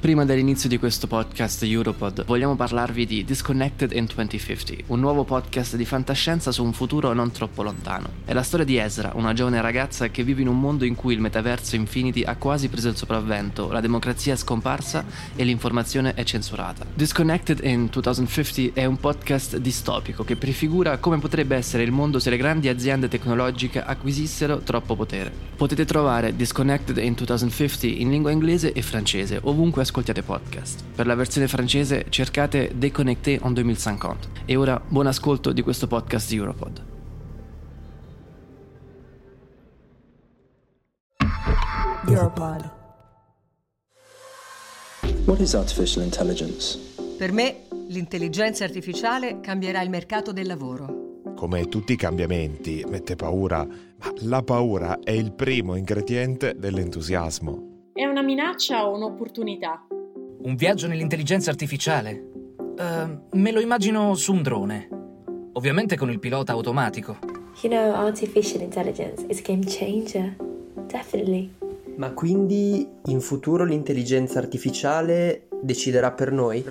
Prima dell'inizio di questo podcast Europod, vogliamo parlarvi di Disconnected in 2050, un nuovo podcast di fantascienza su un futuro non troppo lontano. È la storia di Ezra, una giovane ragazza che vive in un mondo in cui il metaverso Infinity ha quasi preso il sopravvento, la democrazia è scomparsa e l'informazione è censurata. Disconnected in 2050 è un podcast distopico che prefigura come potrebbe essere il mondo se le grandi aziende tecnologiche acquisissero troppo potere. Potete trovare Disconnected in 2050 in lingua inglese e francese, ovunque ascoltiate podcast. Per la versione francese cercate Déconnecté en 2050. E ora buon ascolto di questo podcast Europod. Europod. What is artificial intelligence? Per me, l'intelligenza artificiale cambierà il mercato del lavoro. Come tutti i cambiamenti, mette paura, ma la paura è il primo ingrediente dell'entusiasmo. È una minaccia o un'opportunità? Un viaggio nell'intelligenza artificiale? Me lo immagino su un drone. Ovviamente con il pilota automatico. You know, artificial intelligence is a game changer. Definitely. Ma quindi in futuro l'intelligenza artificiale deciderà per noi?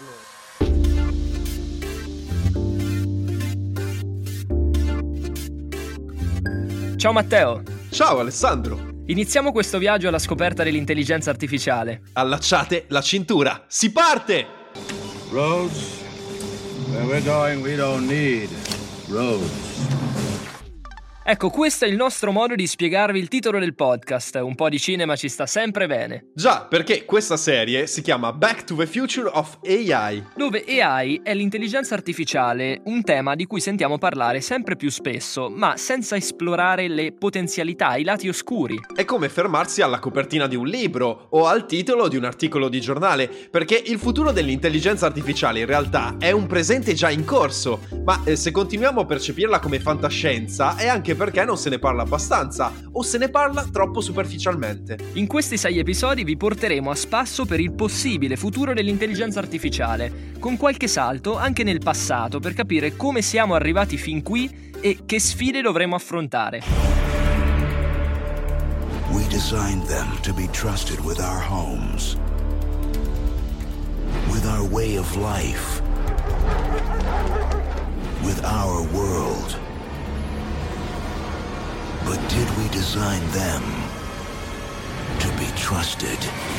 Ciao Matteo! Ciao Alessandro! Iniziamo questo viaggio alla scoperta dell'intelligenza artificiale. Allacciate la cintura, si parte! Roads, where we're going we don't need roads. Ecco, questo è il nostro modo di spiegarvi il titolo del podcast. Un po' di cinema ci sta sempre bene. Già, perché questa serie si chiama Back to the Future of AI. Dove AI è l'intelligenza artificiale, un tema di cui sentiamo parlare sempre più spesso, ma senza esplorare le potenzialità, i lati oscuri. È come fermarsi alla copertina di un libro o al titolo di un articolo di giornale, perché il futuro dell'intelligenza artificiale in realtà è un presente già in corso, ma se continuiamo a percepirla come fantascienza è anche perché non se ne parla abbastanza o se ne parla troppo superficialmente. In questi 6 episodi vi porteremo a spasso per il possibile futuro dell'intelligenza artificiale, con qualche salto anche nel passato per capire come siamo arrivati fin qui e che sfide dovremo affrontare. We designed them to be trusted with our homes, with our way of life, with our world. But did we design them to be trusted?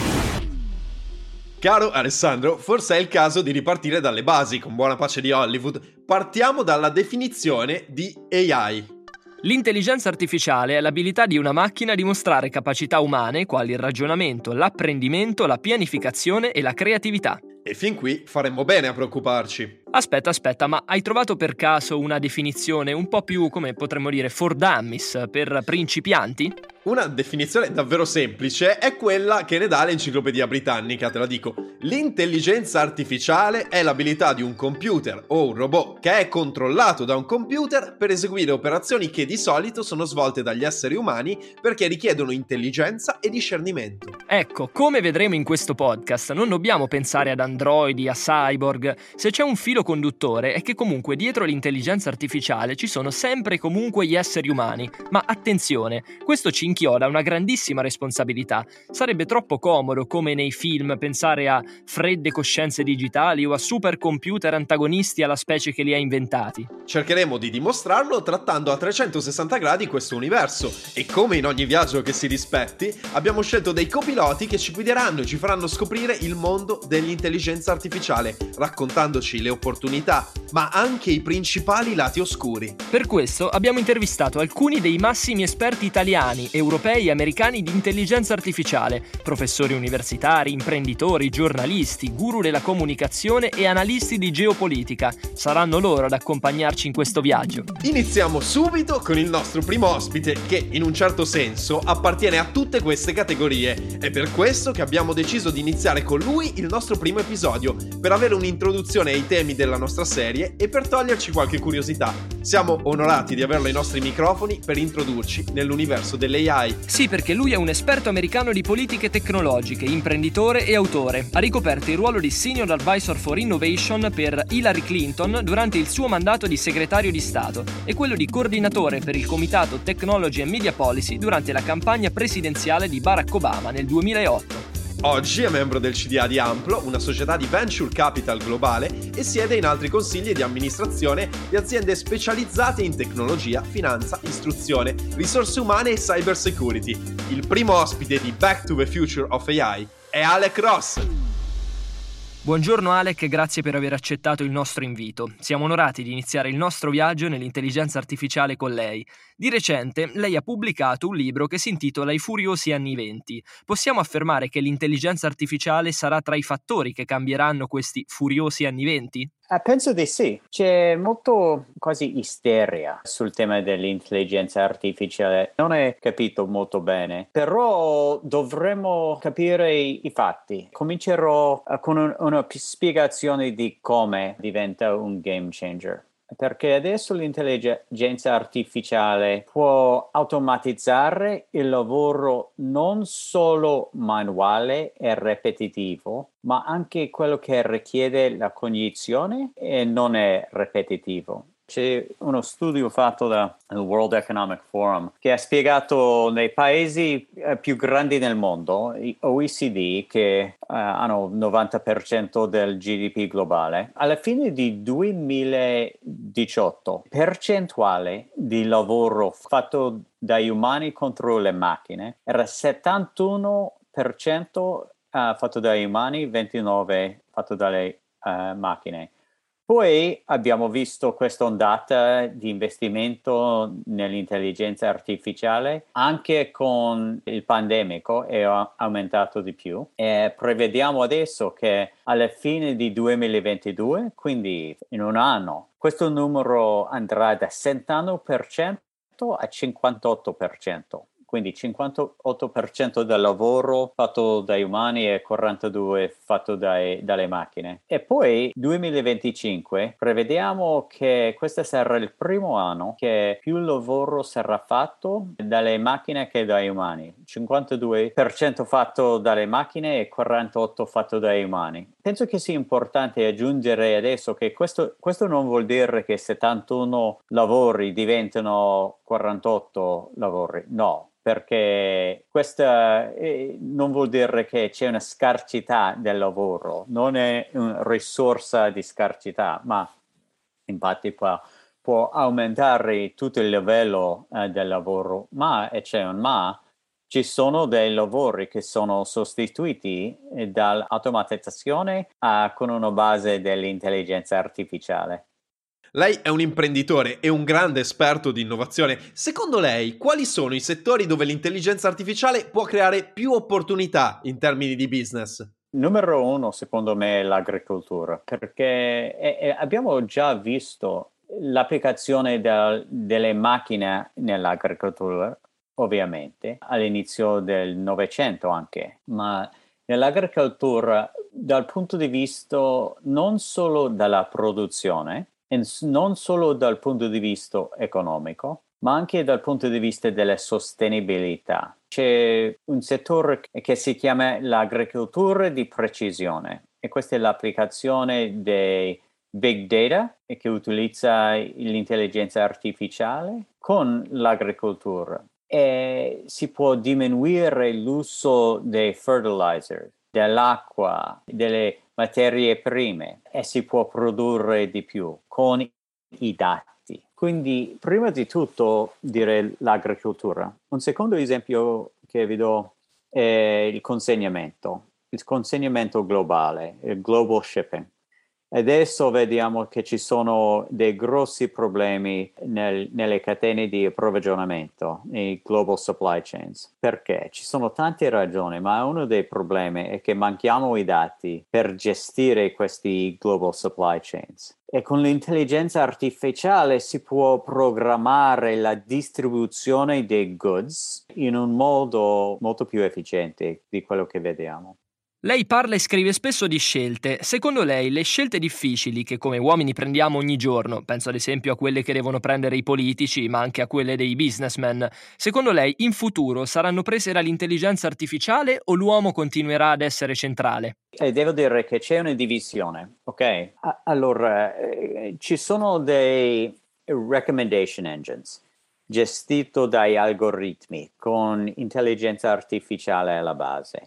Caro Alessandro, forse è il caso di ripartire dalle basi, con buona pace di Hollywood. Partiamo dalla definizione di AI. L'intelligenza artificiale è l'abilità di una macchina a dimostrare capacità umane quali il ragionamento, l'apprendimento, la pianificazione e la creatività. E fin qui faremmo bene a preoccuparci. Aspetta, ma hai trovato per caso una definizione un po' più, come potremmo dire, for dummies, per principianti? Una definizione davvero semplice è quella che ne dà l'Enciclopedia Britannica, te la dico. L'intelligenza artificiale è l'abilità di un computer o un robot che è controllato da un computer per eseguire operazioni che di solito sono svolte dagli esseri umani perché richiedono intelligenza e discernimento. Ecco, come vedremo in questo podcast, non dobbiamo pensare ad androidi, a cyborg. Se c'è un filo conduttore è che comunque dietro l'intelligenza artificiale ci sono sempre e comunque gli esseri umani. Ma attenzione, questo ci inchioda una grandissima responsabilità. Sarebbe troppo comodo, come nei film, pensare a fredde coscienze digitali o a supercomputer antagonisti alla specie che li ha inventati. Cercheremo di dimostrarlo trattando a 360 gradi questo universo e, come in ogni viaggio che si rispetti, abbiamo scelto dei copiloti che ci guideranno e ci faranno scoprire il mondo dell'intelligenza artificiale, raccontandoci le opportunità, ma anche i principali lati oscuri. Per questo abbiamo intervistato alcuni dei massimi esperti italiani, europei e americani di intelligenza artificiale, professori universitari, imprenditori, giornalisti, guru della comunicazione e analisti di geopolitica. Saranno loro ad accompagnarci in questo viaggio. Iniziamo subito con il nostro primo ospite che, in un certo senso, appartiene a tutte queste categorie. È per questo che abbiamo deciso di iniziare con lui il nostro primo episodio, per avere un'introduzione ai temi della nostra serie e per toglierci qualche curiosità. Siamo onorati di averlo ai nostri microfoni per introdurci nell'universo dell'AI. Sì, perché lui è un esperto americano di politiche tecnologiche, imprenditore e autore. Ha ricoperto il ruolo di Senior Advisor for Innovation per Hillary Clinton durante il suo mandato di segretario di Stato e quello di coordinatore per il Comitato Technology and Media Policy durante la campagna presidenziale di Barack Obama nel 2008. Oggi è membro del CDA di Amplo, una società di venture capital globale, e siede in altri consigli di amministrazione di aziende specializzate in tecnologia, finanza, istruzione, risorse umane e cyber security. Il primo ospite di Back to the Future of AI è Alec Ross. Buongiorno Alec e grazie per aver accettato il nostro invito. Siamo onorati di iniziare il nostro viaggio nell'intelligenza artificiale con lei. Di recente lei ha pubblicato un libro che si intitola I furiosi anni '20. Possiamo affermare che l'intelligenza artificiale sarà tra i fattori che cambieranno questi furiosi anni '20? Penso di sì. C'è molto quasi isteria sul tema dell'intelligenza artificiale. Non è capito molto bene, però dovremmo capire i fatti. Comincerò con una spiegazione di come diventa un game changer. Perché adesso l'intelligenza artificiale può automatizzare il lavoro non solo manuale e ripetitivo, ma anche quello che richiede la cognizione e non è ripetitivo. C'è uno studio fatto dal World Economic Forum che ha spiegato nei paesi più grandi del mondo, i OECD, che hanno il 90% del GDP globale, alla fine di 2018, percentuale di lavoro fatto dagli umani contro le macchine era 71% fatto dagli umani, 29% fatto dalle macchine. Poi abbiamo visto questa ondata di investimento nell'intelligenza artificiale, anche con il pandemico è aumentato di più, e prevediamo adesso che alla fine di 2022, quindi in un anno, questo numero andrà da 71% a 58%. Quindi 58% del lavoro fatto dai umani e 42% fatto dalle macchine. E poi 2025 prevediamo che questo sarà il primo anno che più lavoro sarà fatto dalle macchine che dai umani. 52% fatto dalle macchine e 48% fatto dai umani. Penso che sia importante aggiungere adesso che questo non vuol dire che 71 lavori diventano 48 lavori, no. Perché questa non vuol dire che c'è una scarsità del lavoro, non è una risorsa di scarsità, ma infatti può aumentare tutto il livello del lavoro, ma, e c'è un ma, ci sono dei lavori che sono sostituiti dall'automatizzazione con una base dell'intelligenza artificiale. Lei è un imprenditore e un grande esperto di innovazione. Secondo lei, quali sono i settori dove l'intelligenza artificiale può creare più opportunità in termini di business? Numero uno, secondo me, è l'agricoltura, perché abbiamo già visto l'applicazione delle macchine nell'agricoltura, ovviamente, all'inizio del Novecento anche, ma nell'agricoltura dal punto di vista non solo della produzione, non solo dal punto di vista economico, ma anche dal punto di vista della sostenibilità. C'è un settore che si chiama l'agricoltura di precisione e questa è l'applicazione dei big data e che utilizza l'intelligenza artificiale con l'agricoltura e si può diminuire l'uso dei fertilizer, dell'acqua, delle materie prime e si può produrre di più con i dati. Quindi prima di tutto direi l'agricoltura. Un secondo esempio che vi do è il consegnamento globale, il global shipping. Adesso vediamo che ci sono dei grossi problemi nelle catene di approvvigionamento, i global supply chains. Perché? Ci sono tante ragioni, ma uno dei problemi è che manchiamo i dati per gestire questi global supply chains. E con l'intelligenza artificiale si può programmare la distribuzione dei goods in un modo molto più efficiente di quello che vediamo. Lei parla e scrive spesso di scelte. Secondo lei, le scelte difficili che come uomini prendiamo ogni giorno, penso ad esempio a quelle che devono prendere i politici, ma anche a quelle dei businessmen, secondo lei in futuro saranno prese dall'intelligenza artificiale o l'uomo continuerà ad essere centrale? Devo dire che c'è una divisione, ok? Allora, ci sono dei recommendation engines gestito dai algoritmi con intelligenza artificiale alla base,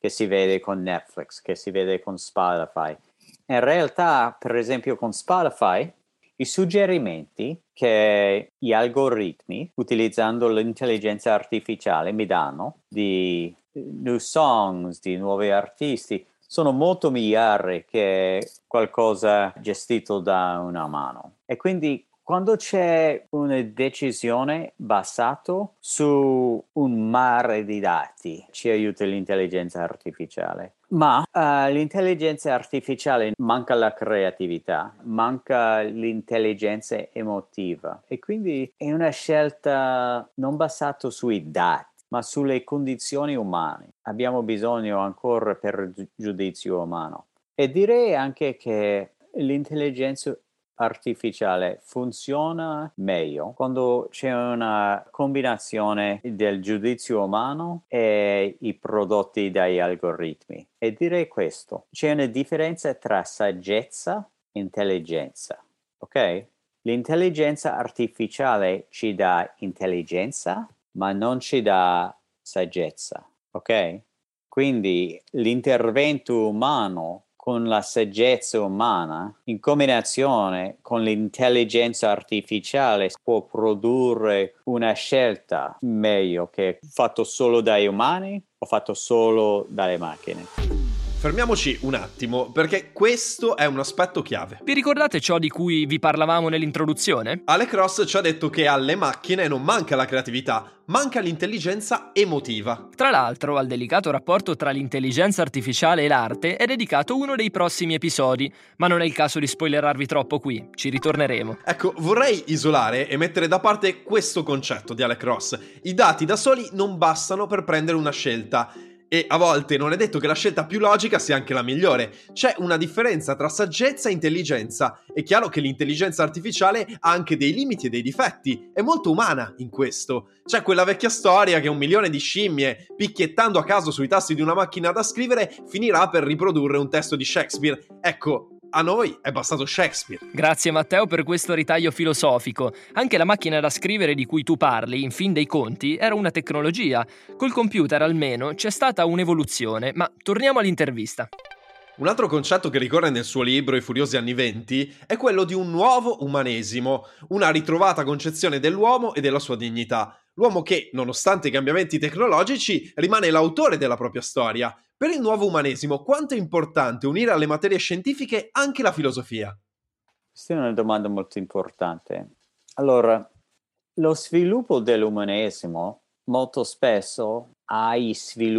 che si vede con Netflix, che si vede con Spotify. In realtà, per esempio con Spotify, i suggerimenti che gli algoritmi, utilizzando l'intelligenza artificiale, mi danno di new songs, di nuovi artisti, sono molto migliori che qualcosa gestito da una mano. E quindi quando c'è una decisione basata su un mare di dati, ci aiuta l'intelligenza artificiale. Ma l'intelligenza artificiale manca la creatività, manca l'intelligenza emotiva. E quindi è una scelta non basata sui dati, ma sulle condizioni umane. Abbiamo bisogno ancora per giudizio umano. E direi anche che l'intelligenza artificiale funziona meglio quando c'è una combinazione del giudizio umano e i prodotti dagli algoritmi. E direi questo: c'è una differenza tra saggezza e intelligenza, ok? L'intelligenza artificiale ci dà intelligenza, ma non ci dà saggezza, ok? Quindi l'intervento umano con la saggezza umana, in combinazione con l'intelligenza artificiale, può produrre una scelta meglio che fatto solo dai umani o fatto solo dalle macchine. Fermiamoci un attimo, perché questo è un aspetto chiave. Vi ricordate ciò di cui vi parlavamo nell'introduzione? Alex Ross ci ha detto che alle macchine non manca la creatività, manca l'intelligenza emotiva. Tra l'altro, al delicato rapporto tra l'intelligenza artificiale e l'arte è dedicato uno dei prossimi episodi, ma non è il caso di spoilerarvi troppo qui, ci ritorneremo. Ecco, vorrei isolare e mettere da parte questo concetto di Alex Ross. I dati da soli non bastano per prendere una scelta. E a volte non è detto che la scelta più logica sia anche la migliore. C'è una differenza tra saggezza e intelligenza. È chiaro che l'intelligenza artificiale ha anche dei limiti e dei difetti. È molto umana in questo. C'è quella vecchia storia che 1 milione di scimmie, picchiettando a caso sui tasti di una macchina da scrivere, finirà per riprodurre un testo di Shakespeare. Ecco, a noi è bastato Shakespeare. Grazie Matteo per questo ritaglio filosofico. Anche la macchina da scrivere di cui tu parli, in fin dei conti, era una tecnologia. Col computer almeno c'è stata un'evoluzione, ma torniamo all'intervista. Un altro concetto che ricorre nel suo libro I furiosi anni '20 è quello di un nuovo umanesimo, una ritrovata concezione dell'uomo e della sua dignità. L'uomo che, nonostante i cambiamenti tecnologici, rimane l'autore della propria storia. Per il nuovo umanesimo, quanto è importante unire alle materie scientifiche anche la filosofia? Questa è una domanda molto importante. Allora, lo sviluppo dell'umanesimo molto spesso ha gli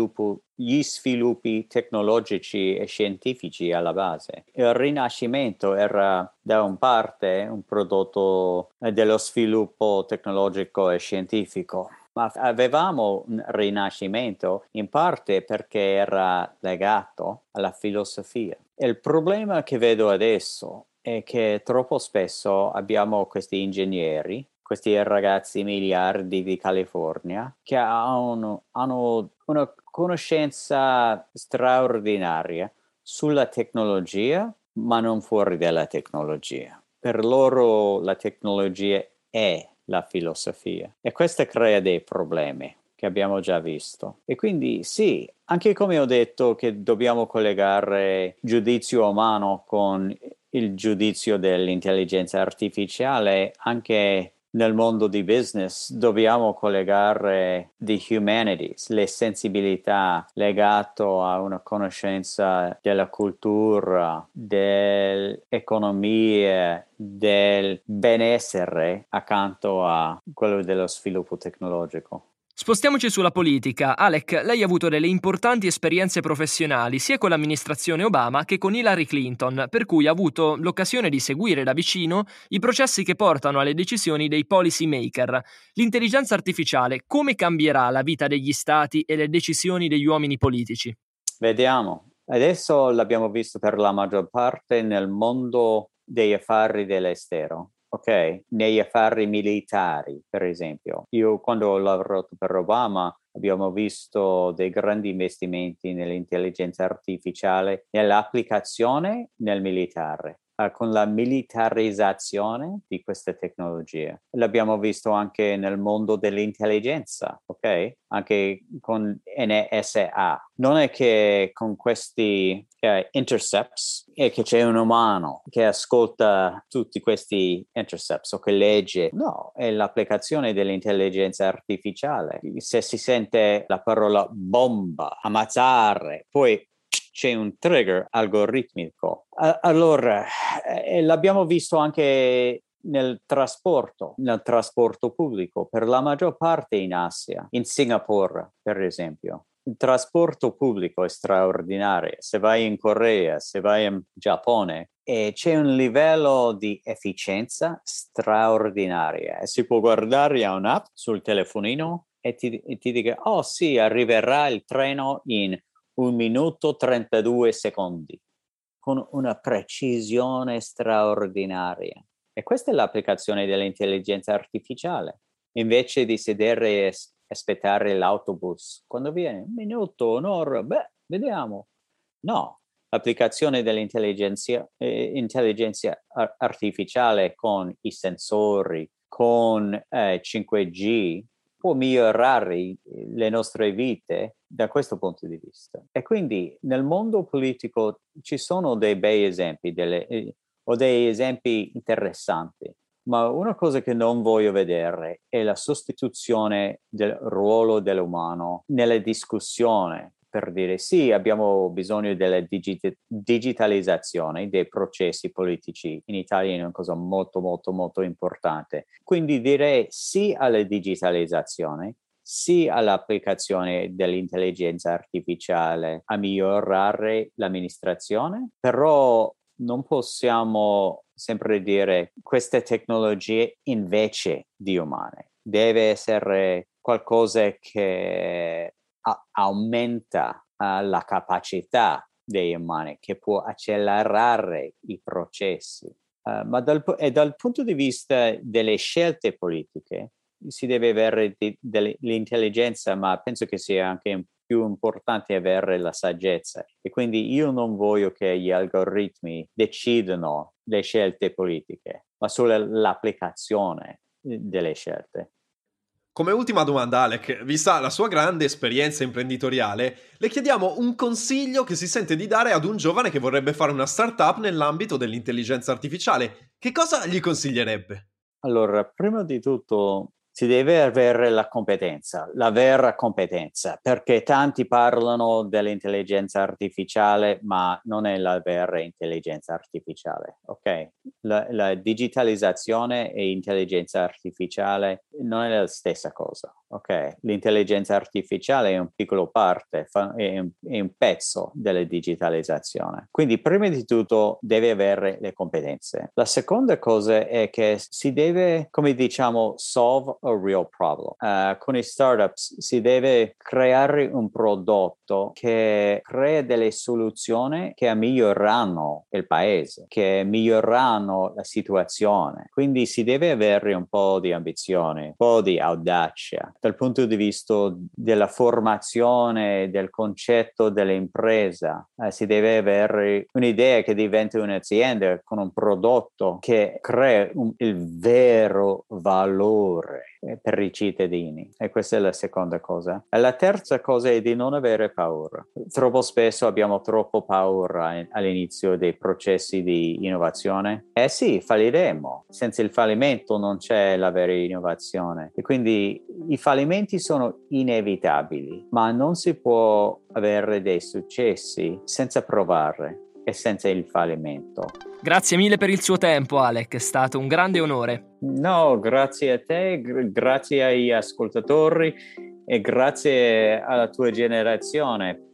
sviluppi tecnologici e scientifici alla base. Il Rinascimento era da un parte un prodotto dello sviluppo tecnologico e scientifico, ma avevamo un Rinascimento in parte perché era legato alla filosofia. E il problema che vedo adesso è che troppo spesso abbiamo questi ingegneri, questi ragazzi miliardi di California, che hanno una conoscenza straordinaria sulla tecnologia, ma non fuori dalla tecnologia. Per loro la tecnologia è la filosofia. E questo crea dei problemi che abbiamo già visto. E quindi sì, anche come ho detto che dobbiamo collegare giudizio umano con il giudizio dell'intelligenza artificiale, anche nel mondo di business dobbiamo collegare the humanities, le sensibilità legate a una conoscenza della cultura, dell'economia, del benessere accanto a quello dello sviluppo tecnologico. Spostiamoci sulla politica. Alec, lei ha avuto delle importanti esperienze professionali sia con l'amministrazione Obama che con Hillary Clinton, per cui ha avuto l'occasione di seguire da vicino i processi che portano alle decisioni dei policy maker. L'intelligenza artificiale come cambierà la vita degli stati e le decisioni degli uomini politici? Vediamo. Adesso l'abbiamo visto per la maggior parte nel mondo degli affari dell'estero. Ok, negli affari militari, per esempio. Io quando ho lavorato per Obama abbiamo visto dei grandi investimenti nell'intelligenza artificiale, nell'applicazione nel militare. con la militarizzazione di queste tecnologie. L'abbiamo visto anche nel mondo dell'intelligenza, ok? Anche con NSA. Non è che con questi intercepts è che c'è un umano che ascolta tutti questi intercepts o che legge. No, è l'applicazione dell'intelligenza artificiale. Se si sente la parola bomba, ammazzare, poi c'è un trigger algoritmico. Allora, l'abbiamo visto anche nel trasporto pubblico, per la maggior parte in Asia, in Singapore, per esempio. Il trasporto pubblico è straordinario. Se vai in Corea, se vai in Giappone, c'è un livello di efficienza straordinaria. Si può guardare a un'app sul telefonino e ti dica, oh sì, arriverà il treno in 1 minuto 32 secondi, con una precisione straordinaria. E questa è l'applicazione dell'intelligenza artificiale. Invece di sedere e aspettare l'autobus, quando viene 1 minuto, un'ora, vediamo. No, l'applicazione dell'intelligenza artificiale con i sensori, con 5G, può migliorare le nostre vite da questo punto di vista. E quindi nel mondo politico ci sono dei bei esempi o dei esempi interessanti, ma una cosa che non voglio vedere è la sostituzione del ruolo dell'umano nella discussione, per dire sì, abbiamo bisogno della digitalizzazione dei processi politici. In Italia è una cosa molto, molto, molto importante. Quindi direi sì alla digitalizzazione, sì all'applicazione dell'intelligenza artificiale a migliorare l'amministrazione, però non possiamo sempre dire queste tecnologie invece di umane. Deve essere qualcosa che aumenta la capacità degli umani, che può accelerare i processi. Ma dal punto di vista delle scelte politiche si deve avere l'intelligenza, ma penso che sia anche più importante avere la saggezza. E quindi io non voglio che gli algoritmi decidano le scelte politiche, ma solo l'applicazione delle scelte. Come ultima domanda, Alec, vista la sua grande esperienza imprenditoriale, le chiediamo un consiglio che si sente di dare ad un giovane che vorrebbe fare una startup nell'ambito dell'intelligenza artificiale. Che cosa gli consiglierebbe? Allora, prima di tutto si deve avere la competenza, la vera competenza, perché tanti parlano dell'intelligenza artificiale, ma non è la vera intelligenza artificiale, ok? La digitalizzazione e intelligenza artificiale non è la stessa cosa, ok? L'intelligenza artificiale è un piccolo parte, è un pezzo della digitalizzazione. Quindi, prima di tutto, deve avere le competenze. La seconda cosa è che si deve, come diciamo, solve a real problem. Con i startups si deve creare un prodotto che crea delle soluzioni che migliorano il paese, che migliorano la situazione. Quindi si deve avere un po' di ambizione, un po' di audacia. Dal punto di vista della formazione, del concetto dell'impresa, si deve avere un'idea che diventi un'azienda con un prodotto che crea il vero valore per i cittadini. E questa è la seconda cosa. E la terza cosa è di non avere paura. Troppo spesso abbiamo troppo paura all'inizio dei processi di innovazione. Sì, falliremo. Senza il fallimento non c'è la vera innovazione. E quindi i fallimenti sono inevitabili, ma non si può avere dei successi senza provare e senza il fallimento. Grazie mille per il suo tempo, Alec, è stato un grande onore. No, grazie a te, grazie agli ascoltatori e grazie alla tua generazione.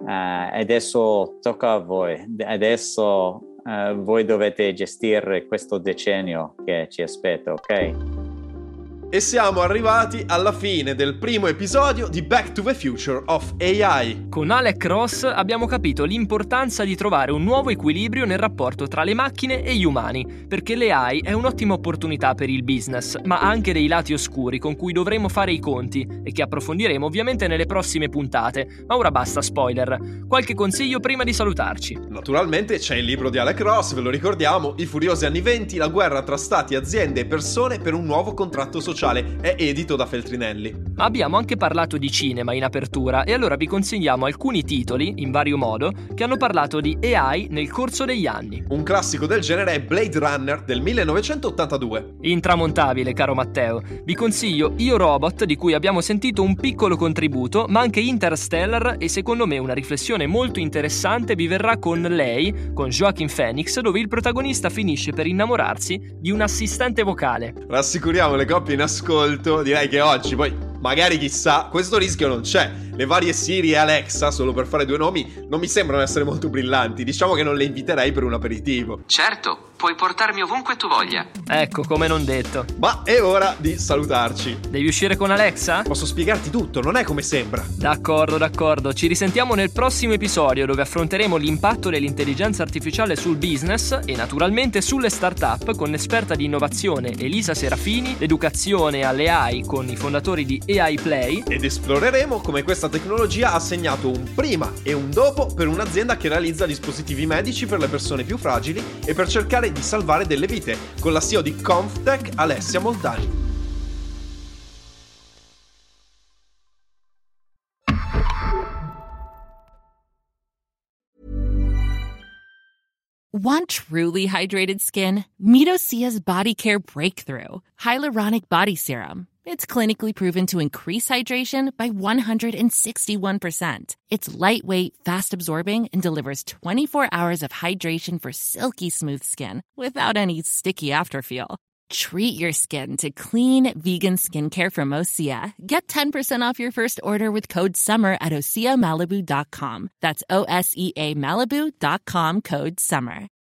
Adesso tocca a voi, adesso voi dovete gestire questo decennio che ci aspetta, ok? E siamo arrivati alla fine del primo episodio di Back to the Future of AI. Con Alec Ross abbiamo capito l'importanza di trovare un nuovo equilibrio nel rapporto tra le macchine e gli umani, perché l'AI è un'ottima opportunità per il business, ma ha anche dei lati oscuri con cui dovremo fare i conti e che approfondiremo ovviamente nelle prossime puntate. Ma ora basta spoiler. Qualche consiglio prima di salutarci? Naturalmente c'è il libro di Alec Ross, ve lo ricordiamo, I furiosi anni 20, la guerra tra stati, aziende e persone per un nuovo contratto sociale. È edito da Feltrinelli. Abbiamo anche parlato di cinema in apertura e allora vi consigliamo alcuni titoli, in vario modo, che hanno parlato di AI nel corso degli anni. Un classico del genere è Blade Runner del 1982. Intramontabile, caro Matteo. Vi consiglio Io Robot, di cui abbiamo sentito un piccolo contributo, ma anche Interstellar, e secondo me una riflessione molto interessante vi verrà con Lei, con Joaquin Phoenix, dove il protagonista finisce per innamorarsi di un assistente vocale. Rassicuriamo le coppie in ascolto, direi che oggi poi, magari chissà, questo rischio non c'è. Le varie Siri e Alexa, solo per fare due nomi, non mi sembrano essere molto brillanti. Diciamo che non le inviterei per un aperitivo. Certo, puoi portarmi ovunque tu voglia. Ecco, come non detto. Ma è ora di salutarci. Devi uscire con Alexa? Posso spiegarti tutto, non è come sembra. D'accordo. Ci risentiamo nel prossimo episodio, dove affronteremo l'impatto dell'intelligenza artificiale sul business e naturalmente sulle start-up con l'esperta di innovazione Elisa Serafini, l'educazione alle AI con i fondatori di AI Play, ed esploreremo come questa tecnologia ha segnato un prima e un dopo per un'azienda che realizza dispositivi medici per le persone più fragili e per cercare di salvare delle vite, con la CEO di Comftech Alessia Moltani. Want truly hydrated skin? Meet Osea's Body Care Breakthrough Hyaluronic Body Serum. It's clinically proven to increase hydration by 161%. It's lightweight, fast-absorbing, and delivers 24 hours of hydration for silky smooth skin without any sticky afterfeel. Treat your skin to clean, vegan skincare from Osea. Get 10% off your first order with code SUMMER at OseaMalibu.com. That's OSEA Malibu.com, code SUMMER.